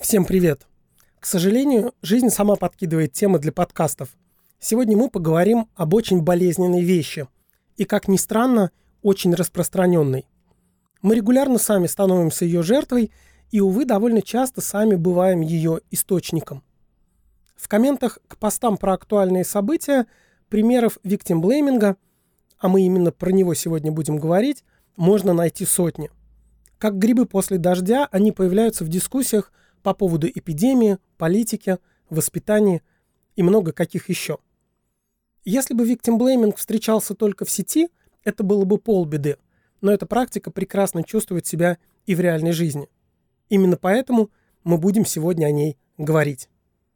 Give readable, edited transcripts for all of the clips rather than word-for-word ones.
Всем привет! К сожалению, жизнь сама подкидывает темы для подкастов. Сегодня мы поговорим об очень болезненной вещи и, как ни странно, очень распространенной. Мы регулярно сами становимся ее жертвой и, увы, довольно часто сами бываем ее источником. В комментах к постам про актуальные события примеров виктимблейминга, а мы именно про него сегодня будем говорить, можно найти сотни. Как грибы после дождя, они появляются в дискуссиях по поводу эпидемии, политики, воспитания и много каких еще. Если бы виктимблейминг встречался только в сети, это было бы полбеды, но эта практика прекрасно чувствует себя и в реальной жизни. Именно поэтому мы будем сегодня о ней говорить.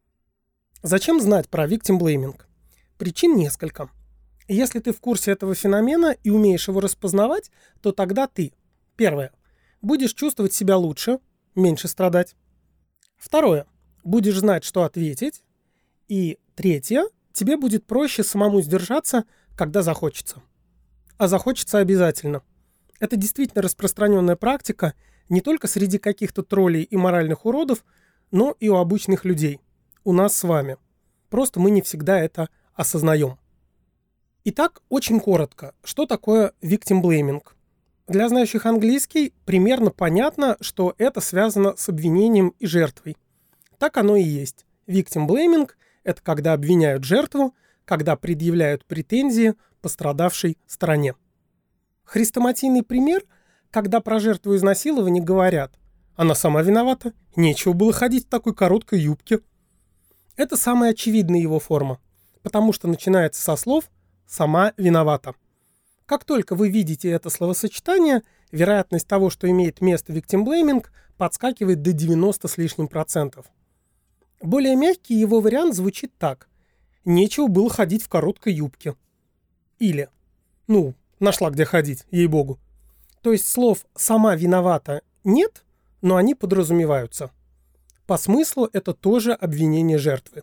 Зачем знать про виктимблейминг? Причин несколько. Если ты в курсе этого феномена и умеешь его распознавать, то тогда ты, первое, будешь чувствовать себя лучше, меньше страдать. Второе, будешь знать, что ответить. И третье, тебе будет проще самому сдержаться, когда захочется. А захочется обязательно. Это действительно распространенная практика не только среди каких-то троллей и моральных уродов, но и у обычных людей. У нас с вами. Просто мы не всегда это осознаем. Итак, очень коротко, что такое victim-blaming? Для знающих английский примерно понятно, что это связано с обвинением и жертвой. Так оно и есть. Victim-blaming – это когда обвиняют жертву, когда предъявляют претензии пострадавшей стороне. Хрестоматийный пример, когда про жертву изнасилования говорят: она сама виновата, нечего было ходить в такой короткой юбке. Это самая очевидная его форма, потому что начинается со слов «сама виновата». Как только вы видите это словосочетание, вероятность того, что имеет место victim-blaming, подскакивает до 90 с лишним %. Более мягкий его вариант звучит так: нечего было ходить в короткой юбке. Или, нашла где ходить, ей-богу. То есть слов «сама виновата» нет, но они подразумеваются. По смыслу это тоже обвинение жертвы.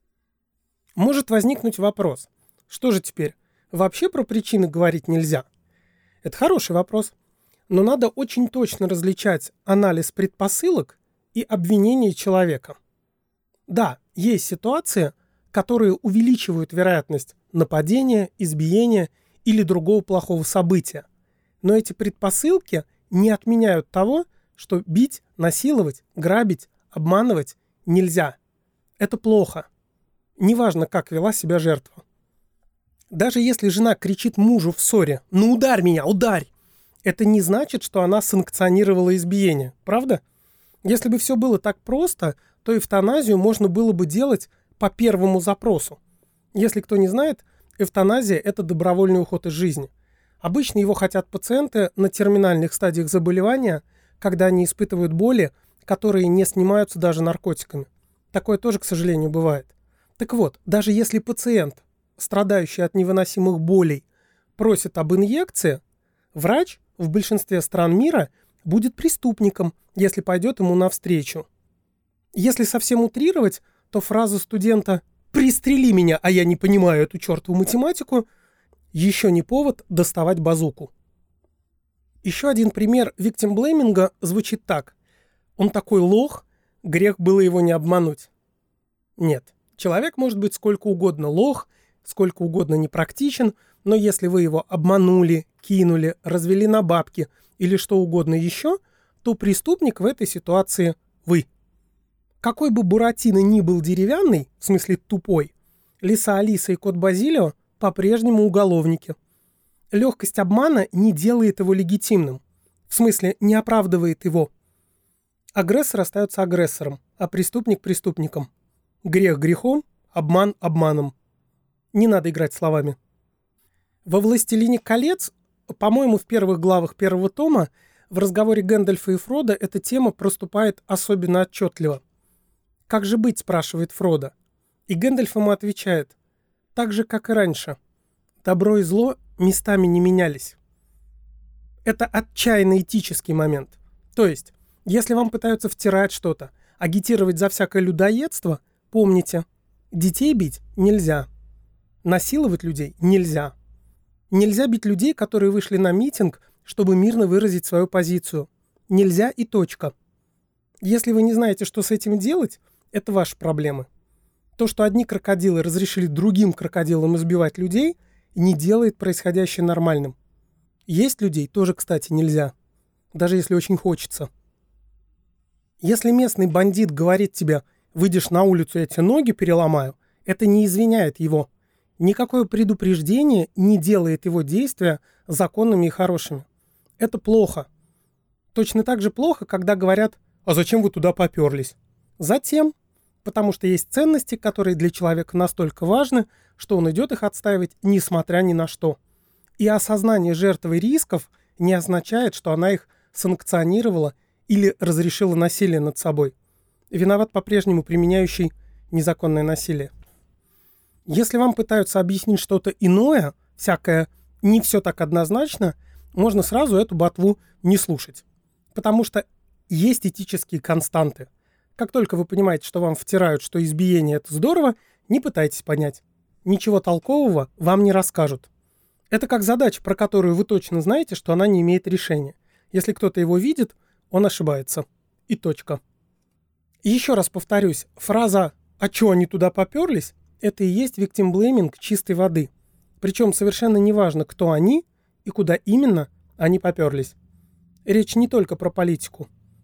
Может возникнуть вопрос: что же теперь, вообще про причины говорить нельзя? Это хороший вопрос, но надо очень точно различать анализ предпосылок и обвинение человека. Да, есть ситуации, которые увеличивают вероятность нападения, избиения или другого плохого события, но эти предпосылки не отменяют того, что бить, насиловать, грабить, обманывать нельзя. Это плохо. Неважно, как вела себя жертва. Даже если жена кричит мужу в ссоре: «Ну ударь меня, ударь!», это не значит, что она санкционировала избиение, правда? Если бы все было так просто, то эвтаназию можно было бы делать по первому запросу. Если кто не знает, эвтаназия – это добровольный уход из жизни. Обычно его хотят пациенты на терминальных стадиях заболевания, когда они испытывают боли, которые не снимаются даже наркотиками. Такое тоже, к сожалению, бывает. Так вот, даже если пациент, страдающий от невыносимых болей, просит об инъекции, врач в большинстве стран мира будет преступником, если пойдет ему навстречу. Если совсем утрировать, то фраза студента «пристрели меня, а я не понимаю эту чертову математику» еще не повод доставать базуку. Еще один пример виктимблейминга звучит так: он такой лох, грех было его не обмануть. Нет, человек может быть сколько угодно лох, сколько угодно непрактичен, но если вы его обманули, кинули, развели на бабки или что угодно еще, то преступник в этой ситуации вы. Какой бы Буратино ни был деревянный, в смысле тупой, Лиса Алиса и Кот Базилио по-прежнему уголовники. Легкость обмана не делает его легитимным, в смысле не оправдывает его. Агрессор остается агрессором, а преступник преступником. Грех грехом, обман обманом. Не надо играть словами. Во «Властелине колец», по-моему, в первых главах первого тома, в разговоре Гэндальфа и Фродо эта тема проступает особенно отчетливо. «Как же быть?» – спрашивает Фродо. И Гэндальф ему отвечает: «Так же, как и раньше. Добро и зло местами не менялись». Это отчаянно этический момент. То есть, если вам пытаются втирать что-то, агитировать за всякое людоедство, помните, детей бить нельзя. Насиловать людей нельзя. Нельзя бить людей, которые вышли на митинг, чтобы мирно выразить свою позицию. Нельзя и точка. Если вы не знаете, что с этим делать, это ваши проблемы. То, что одни крокодилы разрешили другим крокодилам избивать людей, не делает происходящее нормальным. Есть людей тоже, кстати, нельзя, даже если очень хочется. Если местный бандит говорит тебе: выйдешь на улицу, я тебе ноги переломаю, это не извиняет его. Никакое предупреждение не делает его действия законными и хорошими. Это плохо. Точно так же плохо, когда говорят: а зачем вы туда поперлись? Затем, потому что есть ценности, которые для человека настолько важны, что он идет их отстаивать несмотря ни на что. И осознание жертвы рисков не означает, что она их санкционировала или разрешила насилие над собой. Виноват по-прежнему применяющий незаконное насилие. Если вам пытаются объяснить что-то иное, всякое не все так однозначно, можно сразу эту ботву не слушать. Потому что есть этические константы. Как только вы понимаете, что вам втирают, что избиение — это здорово, не пытайтесь понять. Ничего толкового вам не расскажут. Это как задача, про которую вы точно знаете, что она не имеет решения. Если кто-то его видит, он ошибается. И точка. И еще раз повторюсь, фраза «а чё они туда поперлись?» — это и есть victim blaming чистой воды. Причем совершенно неважно, кто они и куда именно они поперлись. Речь не только про политику.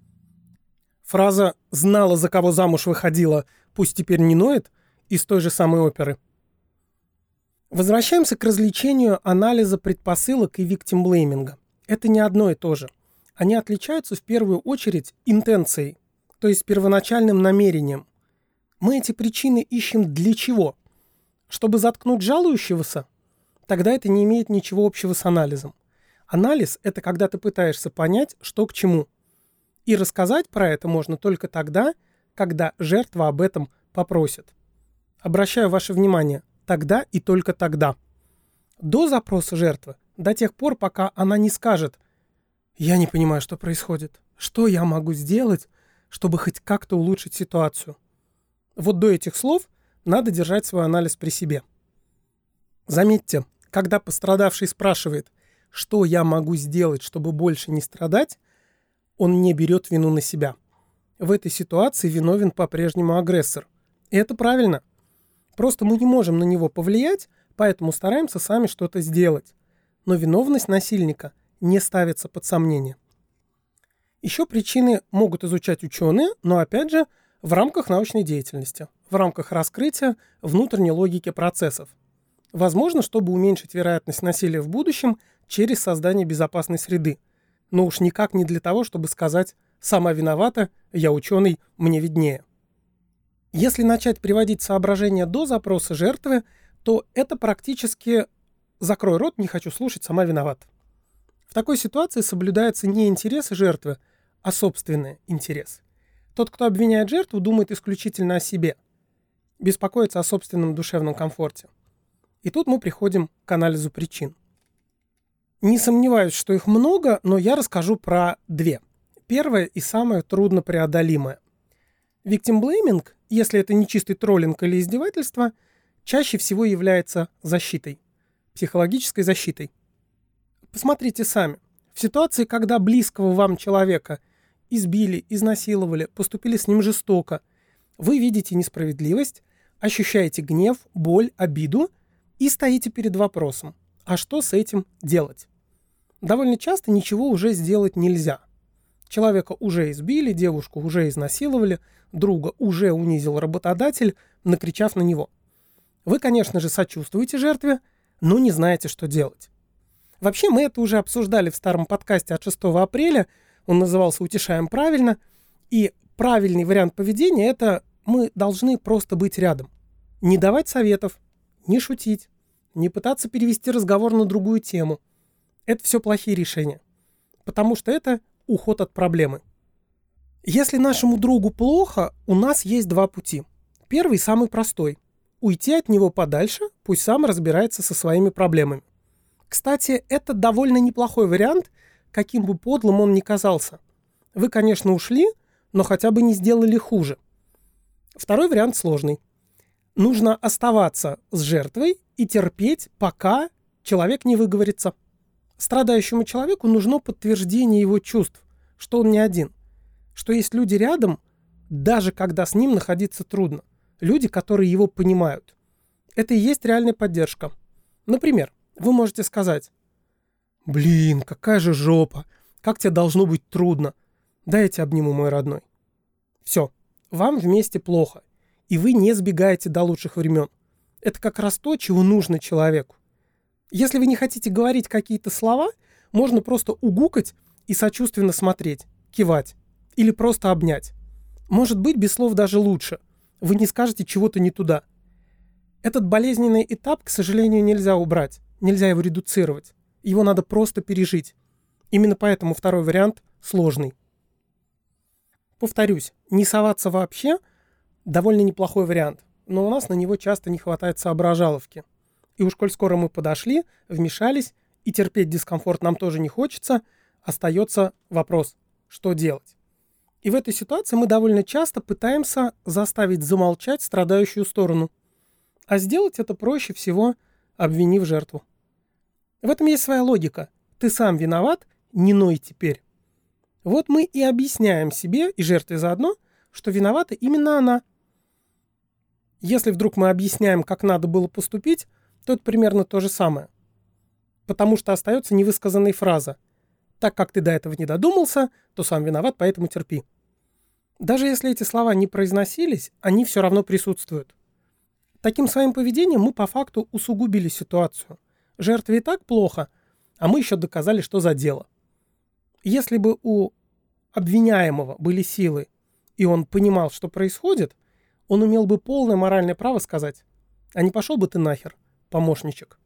Фраза «знала, за кого замуж выходила, пусть теперь не ноет» из той же самой оперы. Возвращаемся к развлечению анализа предпосылок и виктимблейминга. Это не одно и то же. Они отличаются в первую очередь интенцией, то есть первоначальным намерением. Мы эти причины ищем для чего? Чтобы заткнуть жалующегося? Тогда это не имеет ничего общего с анализом. Анализ — это когда ты пытаешься понять, что к чему. И рассказать про это можно только тогда, когда жертва об этом попросит. Обращаю ваше внимание, тогда и только тогда. До запроса жертвы, до тех пор, пока она не скажет: «Я не понимаю, что происходит. Что я могу сделать, чтобы хоть как-то улучшить ситуацию?» Вот до этих слов надо держать свой анализ при себе. Заметьте, когда пострадавший спрашивает: «Что я могу сделать, чтобы больше не страдать?», он не берет вину на себя. В этой ситуации виновен по-прежнему агрессор. И это правильно. Просто мы не можем на него повлиять, поэтому стараемся сами что-то сделать. Но виновность насильника не ставится под сомнение. Еще причины могут изучать ученые, но опять же в рамках научной деятельности, в рамках раскрытия внутренней логики процессов. Возможно, чтобы уменьшить вероятность насилия в будущем через создание безопасной среды. Но уж никак не для того, чтобы сказать: «сама виновата, я ученый, мне виднее». Если начать приводить соображения до запроса жертвы, то это практически «закрой рот, не хочу слушать, сама виновата». В такой ситуации соблюдаются не интересы жертвы, а собственный интерес. Тот, кто обвиняет жертву, думает исключительно о себе, беспокоится о собственном душевном комфорте. И тут мы приходим к анализу причин. Не сомневаюсь, что их много, но я расскажу про две. Первое и самое труднопреодолимое. Victim blaming, если это не чистый троллинг или издевательство, чаще всего является защитой, психологической защитой. Посмотрите сами. В ситуации, когда близкого вам человека избили, изнасиловали, поступили с ним жестоко, вы видите несправедливость, ощущаете гнев, боль, обиду и стоите перед вопросом: а что с этим делать? Довольно часто ничего уже сделать нельзя. Человека уже избили, девушку уже изнасиловали, друга уже унизил работодатель, накричав на него. Вы, конечно же, сочувствуете жертве, но не знаете, что делать. Вообще, мы это уже обсуждали в старом подкасте от 6 апреля, он назывался «Утешаем правильно», и правильный вариант поведения — это мы должны просто быть рядом. Не давать советов, не шутить, не пытаться перевести разговор на другую тему. Это все плохие решения, потому что это уход от проблемы. Если нашему другу плохо, у нас есть два пути. Первый, самый простой. Уйти от него подальше, пусть сам разбирается со своими проблемами. Кстати, это довольно неплохой вариант, каким бы подлым он ни казался. Вы, конечно, ушли, но хотя бы не сделали хуже. Второй вариант сложный. Нужно оставаться с жертвой и терпеть, пока человек не выговорится. Страдающему человеку нужно подтверждение его чувств, что он не один. что есть люди рядом, даже когда с ним находиться трудно. Люди, которые его понимают. Это и есть реальная поддержка. Например, вы можете сказать: «Блин, какая же жопа, как тебе должно быть трудно. Дай я тебя обниму, мой родной». Все, вам вместе плохо, и вы не сбегаете до лучших времен. Это как раз то, чего нужно человеку. Если вы не хотите говорить какие-то слова, можно просто угукать и сочувственно смотреть, кивать или просто обнять. Может быть, без слов даже лучше. Вы не скажете чего-то не туда. Этот болезненный этап, к сожалению, нельзя убрать, нельзя его редуцировать. Его надо просто пережить. Именно поэтому второй вариант сложный. Повторюсь, не соваться вообще довольно неплохой вариант, но у нас на него часто не хватает соображаловки. И уж коль скоро мы подошли, вмешались, и терпеть дискомфорт нам тоже не хочется, остается вопрос, что делать. И в этой ситуации мы довольно часто пытаемся заставить замолчать страдающую сторону. А сделать это проще всего, обвинив жертву. В этом есть своя логика. Ты сам виноват, не ной теперь. Вот мы и объясняем себе, и жертве заодно, что виновата именно она. Если вдруг мы объясняем, как надо было поступить, то это примерно то же самое. Потому что остается невысказанная фраза: «Так как ты до этого не додумался, то сам виноват, поэтому терпи». Даже если эти слова не произносились, они все равно присутствуют. Таким своим поведением мы по факту усугубили ситуацию. Жертве и так плохо, а мы еще доказали, что за дело. Если бы у обвиняемого были силы, и он понимал, что происходит, он имел бы полное моральное право сказать: «А не пошел бы ты нахер, помощничек».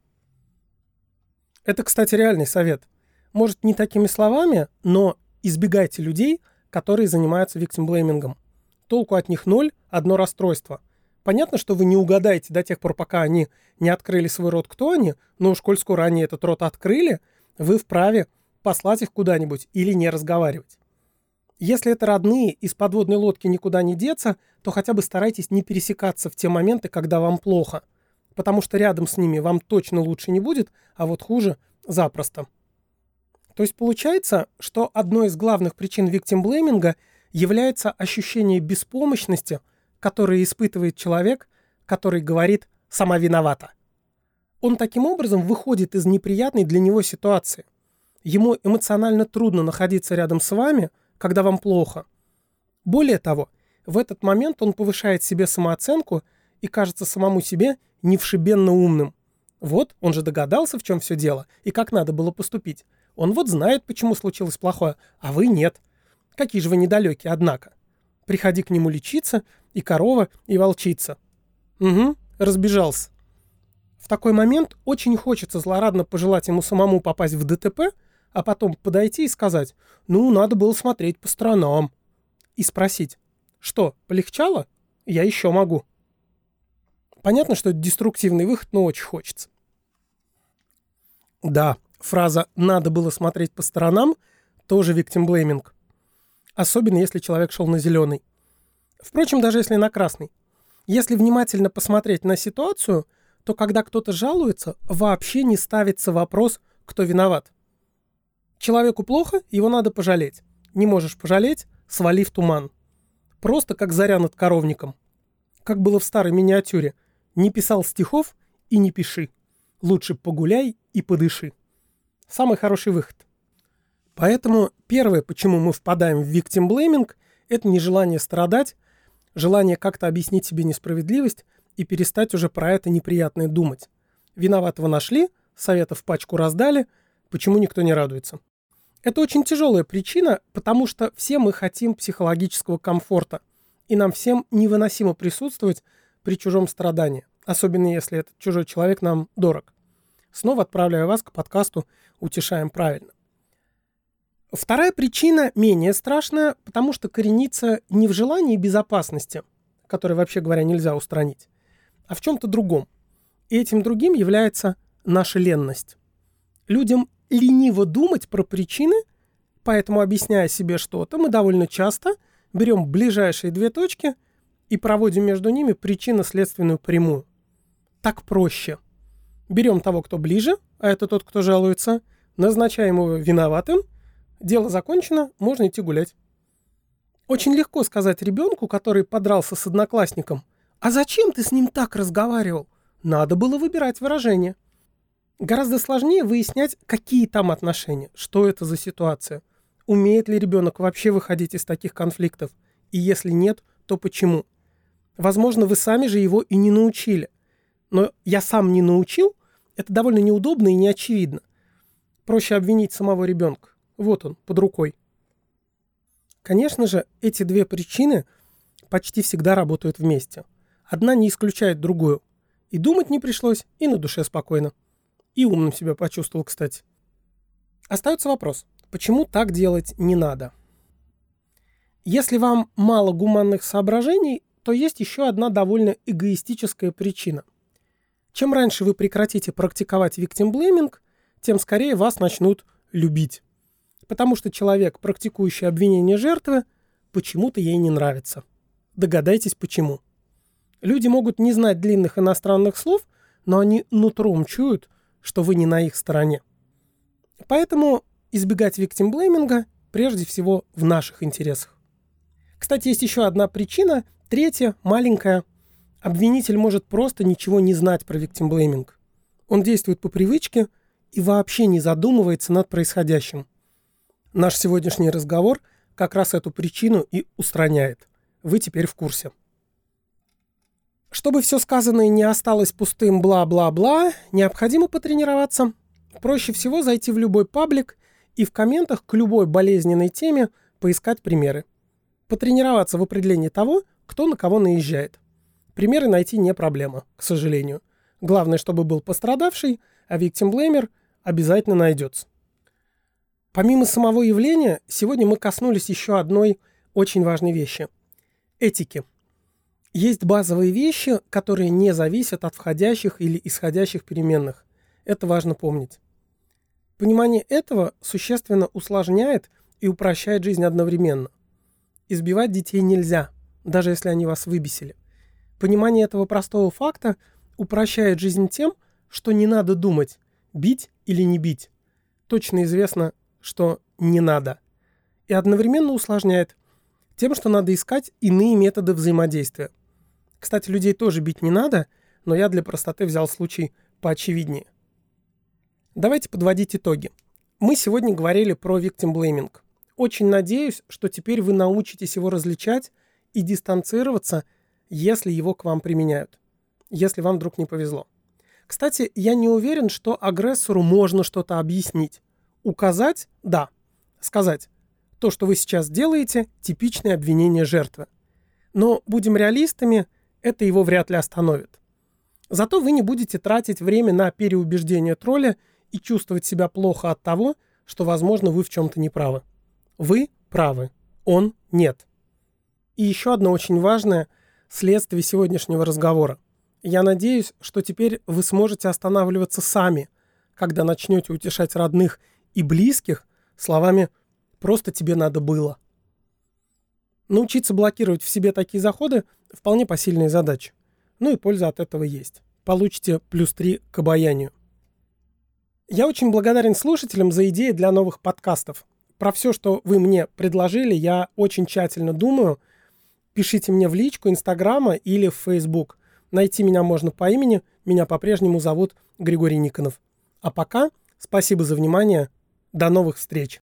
Это, кстати, реальный совет. Может, не такими словами, но избегайте людей, которые занимаются виктимблеймингом. Толку от них ноль, одно расстройство. Понятно, что вы не угадаете до тех пор, пока они не открыли свой рот, кто они, но уж коль скоро они этот рот открыли, вы вправе послать их куда-нибудь или не разговаривать. Если это родные, из подводной лодки никуда не деться, то хотя бы старайтесь не пересекаться в те моменты, когда вам плохо. Потому что рядом с ними вам точно лучше не будет, а вот хуже запросто. То есть получается, что одной из главных причин виктимблейминга является ощущение беспомощности, которое испытывает человек, который говорит «сама виновата». Он таким образом выходит из неприятной для него ситуации. Ему эмоционально трудно находиться рядом с вами, когда вам плохо. Более того, в этот момент он повышает себе самооценку и кажется самому себе невшибенно умным. Вот, он же догадался, в чем все дело, и как надо было поступить. Он вот знает, почему случилось плохое, а вы нет. Какие же вы недалекие, однако. Приходи к нему лечиться, и корова, и волчица. Угу, разбежался. В такой момент очень хочется злорадно пожелать ему самому попасть в ДТП, а потом подойти и сказать: «Ну, надо было смотреть по сторонам». И спросить: «Что, полегчало? Я еще могу». Понятно, что это деструктивный выход, но очень хочется. Да, фраза «надо было смотреть по сторонам» тоже виктимблейминг. Особенно, если человек шел на зеленый. Впрочем, даже если на красный. Если внимательно посмотреть на ситуацию, то когда кто-то жалуется, вообще не ставится вопрос, кто виноват. Человеку плохо, его надо пожалеть. Не можешь пожалеть — свали в туман. Просто как заря над коровником. Как было в старой миниатюре: не писал стихов и не пиши. Лучше погуляй и подыши. Самый хороший выход. Поэтому первое, почему мы впадаем в виктимблейминг, это нежелание страдать, желание как-то объяснить себе несправедливость и перестать уже про это неприятное думать. Виноватого нашли, советов пачку раздали, почему никто не радуется. Это очень тяжелая причина, потому что все мы хотим психологического комфорта, и нам всем невыносимо присутствовать при чужом страдании, особенно если этот чужой человек нам дорог. Снова отправляю вас к подкасту «Утешаем правильно». Вторая причина менее страшная, потому что коренится не в желании безопасности, которое, вообще говоря, нельзя устранить, а в чем-то другом. И этим другим является наша ленность. Людям лениво думать про причины, поэтому, объясняя себе что-то, мы довольно часто берем ближайшие две точки и проводим между ними причинно-следственную прямую. Так проще. Берем того, кто ближе, а это тот, кто жалуется, назначаем его виноватым, дело закончено, можно идти гулять. Очень легко сказать ребенку, который подрался с одноклассником: «А зачем ты с ним так разговаривал?» Надо было выбирать выражение. Гораздо сложнее выяснять, какие там отношения, что это за ситуация. Умеет ли ребенок вообще выходить из таких конфликтов? И если нет, то почему? Возможно, вы сами же его и не научили. Но «я сам не научил» — это довольно неудобно и неочевидно. Проще обвинить самого ребенка. Вот он, под рукой. Конечно же, эти две причины почти всегда работают вместе. Одна не исключает другую. И думать не пришлось, и на душе спокойно. И умным себя почувствовал, кстати. Остается вопрос, почему так делать не надо? Если вам мало гуманных соображений, то есть еще одна довольно эгоистическая причина. Чем раньше вы прекратите практиковать victim-blaming, тем скорее вас начнут любить. Потому что человек, практикующий обвинение жертвы, почему-то ей не нравится. Догадайтесь, почему. Люди могут не знать длинных иностранных слов, но они нутром чуют, что вы не на их стороне. Поэтому избегать victim-blaming прежде всего в наших интересах. Кстати, есть еще одна причина, третья, маленькая. Обвинитель может просто ничего не знать про victim-blaming. Он действует по привычке и вообще не задумывается над происходящим. Наш сегодняшний разговор как раз эту причину и устраняет. Вы теперь в курсе. Чтобы все сказанное не осталось пустым бла-бла-бла, необходимо потренироваться. Проще всего зайти в любой паблик и в комментах к любой болезненной теме поискать примеры. Потренироваться в определении того, кто на кого наезжает. Примеры найти не проблема, к сожалению. Главное, чтобы был пострадавший, а victim-blamer обязательно найдется. Помимо самого явления, сегодня мы коснулись еще одной очень важной вещи – этики. Есть базовые вещи, которые не зависят от входящих или исходящих переменных. Это важно помнить. Понимание этого существенно усложняет и упрощает жизнь одновременно. Избивать детей нельзя, даже если они вас выбесили. Понимание этого простого факта упрощает жизнь тем, что не надо думать, бить или не бить. Точно известно, что не надо. И одновременно усложняет тем, что надо искать иные методы взаимодействия. Кстати, людей тоже бить не надо, но я для простоты взял случай поочевиднее. Давайте подводить итоги. Мы сегодня говорили про victim-blaming. Очень надеюсь, что теперь вы научитесь его различать и дистанцироваться, если его к вам применяют. Если вам вдруг не повезло. Кстати, я не уверен, что агрессору можно что-то объяснить. Указать – да. Сказать – то, что вы сейчас делаете, типичное обвинение жертвы. Но будем реалистами, это его вряд ли остановит. Зато вы не будете тратить время на переубеждение тролля и чувствовать себя плохо от того, что, возможно, вы в чем-то не правы. Вы правы, он нет. И еще одно очень важное следствие сегодняшнего разговора. Я надеюсь, что теперь вы сможете останавливаться сами, когда начнете утешать родных и близких словами «просто тебе надо было». Научиться блокировать в себе такие заходы – вполне посильная задача. Ну и польза от этого есть. Получите +3 к обаянию. Я очень благодарен слушателям за идеи для новых подкастов. Про все, что вы мне предложили, я очень тщательно думаю. Пишите мне в личку Инстаграма или в Фейсбук. Найти меня можно по имени. Меня по-прежнему зовут Григорий Никонов. А пока спасибо за внимание. До новых встреч.